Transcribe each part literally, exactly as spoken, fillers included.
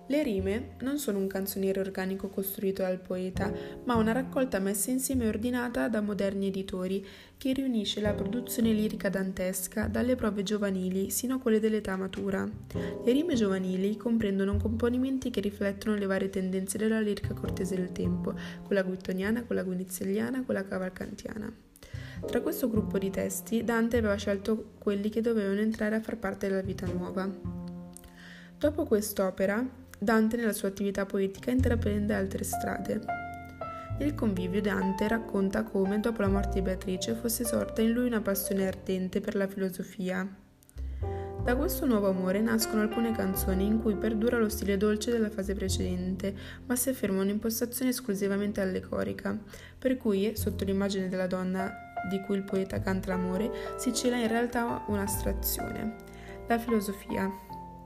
Le rime non sono un canzoniere organico costruito dal poeta, ma una raccolta messa insieme e ordinata da moderni editori, che riunisce la produzione lirica dantesca dalle prove giovanili sino a quelle dell'età matura. Le rime giovanili comprendono componimenti che riflettono le varie tendenze della lirica cortese del tempo, quella guittoniana, quella guinizelliana, quella cavalcantiana. Tra questo gruppo di testi, Dante aveva scelto quelli che dovevano entrare a far parte della vita nuova. Dopo quest'opera, Dante nella sua attività poetica intraprende altre strade. Nel Convivio Dante racconta come, dopo la morte di Beatrice, fosse sorta in lui una passione ardente per la filosofia. Da questo nuovo amore nascono alcune canzoni in cui perdura lo stile dolce della fase precedente, ma si afferma un'impostazione esclusivamente allegorica, per cui, sotto l'immagine della donna di cui il poeta canta l'amore, si cela in realtà un'astrazione, la filosofia.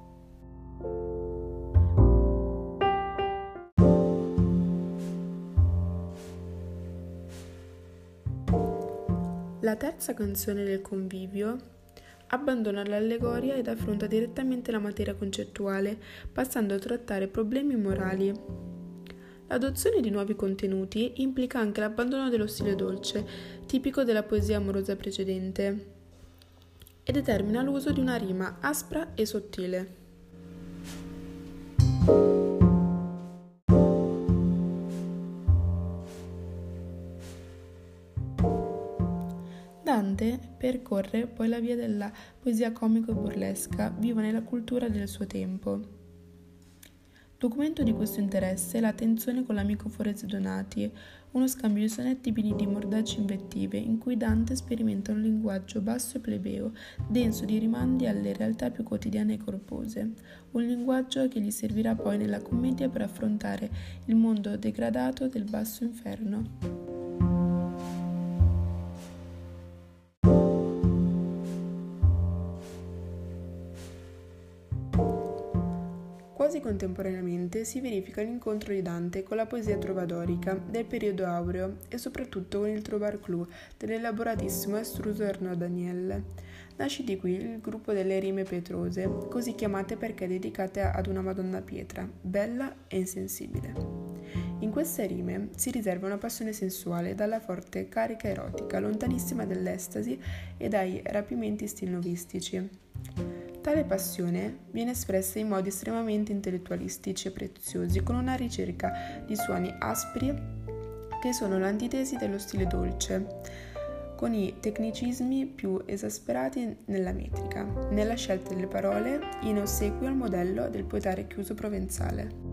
La terza canzone del Convivio abbandona l'allegoria ed affronta direttamente la materia concettuale, passando a trattare problemi morali. L'adozione di nuovi contenuti implica anche l'abbandono dello stile dolce, tipico della poesia amorosa precedente, e determina l'uso di una rima aspra e sottile. Dante percorre poi la via della poesia comico e burlesca, viva nella cultura del suo tempo. Documento di questo interesse è la tensione con l'amico Forese Donati, uno scambio di sonetti pieni di mordaci invettive, in cui Dante sperimenta un linguaggio basso e plebeo, denso di rimandi alle realtà più quotidiane e corpose, un linguaggio che gli servirà poi nella commedia per affrontare il mondo degradato del basso inferno. Quasi contemporaneamente si verifica l'incontro di Dante con la poesia trovadorica del periodo aureo e soprattutto con il Trobar Clou dell'elaboratissimo e astruso Arnaud Daniel. Nasce di qui il gruppo delle rime pietrose, così chiamate perché dedicate ad una Madonna pietra, bella e insensibile. In queste rime si riserva una passione sensuale dalla forte carica erotica, lontanissima dall'estasi e dai rapimenti stilnovistici. Tale passione viene espressa in modi estremamente intellettualistici e preziosi, con una ricerca di suoni aspri che sono l'antitesi dello stile dolce, con i tecnicismi più esasperati nella metrica, nella scelta delle parole in ossequio al modello del poetario chiuso provenzale.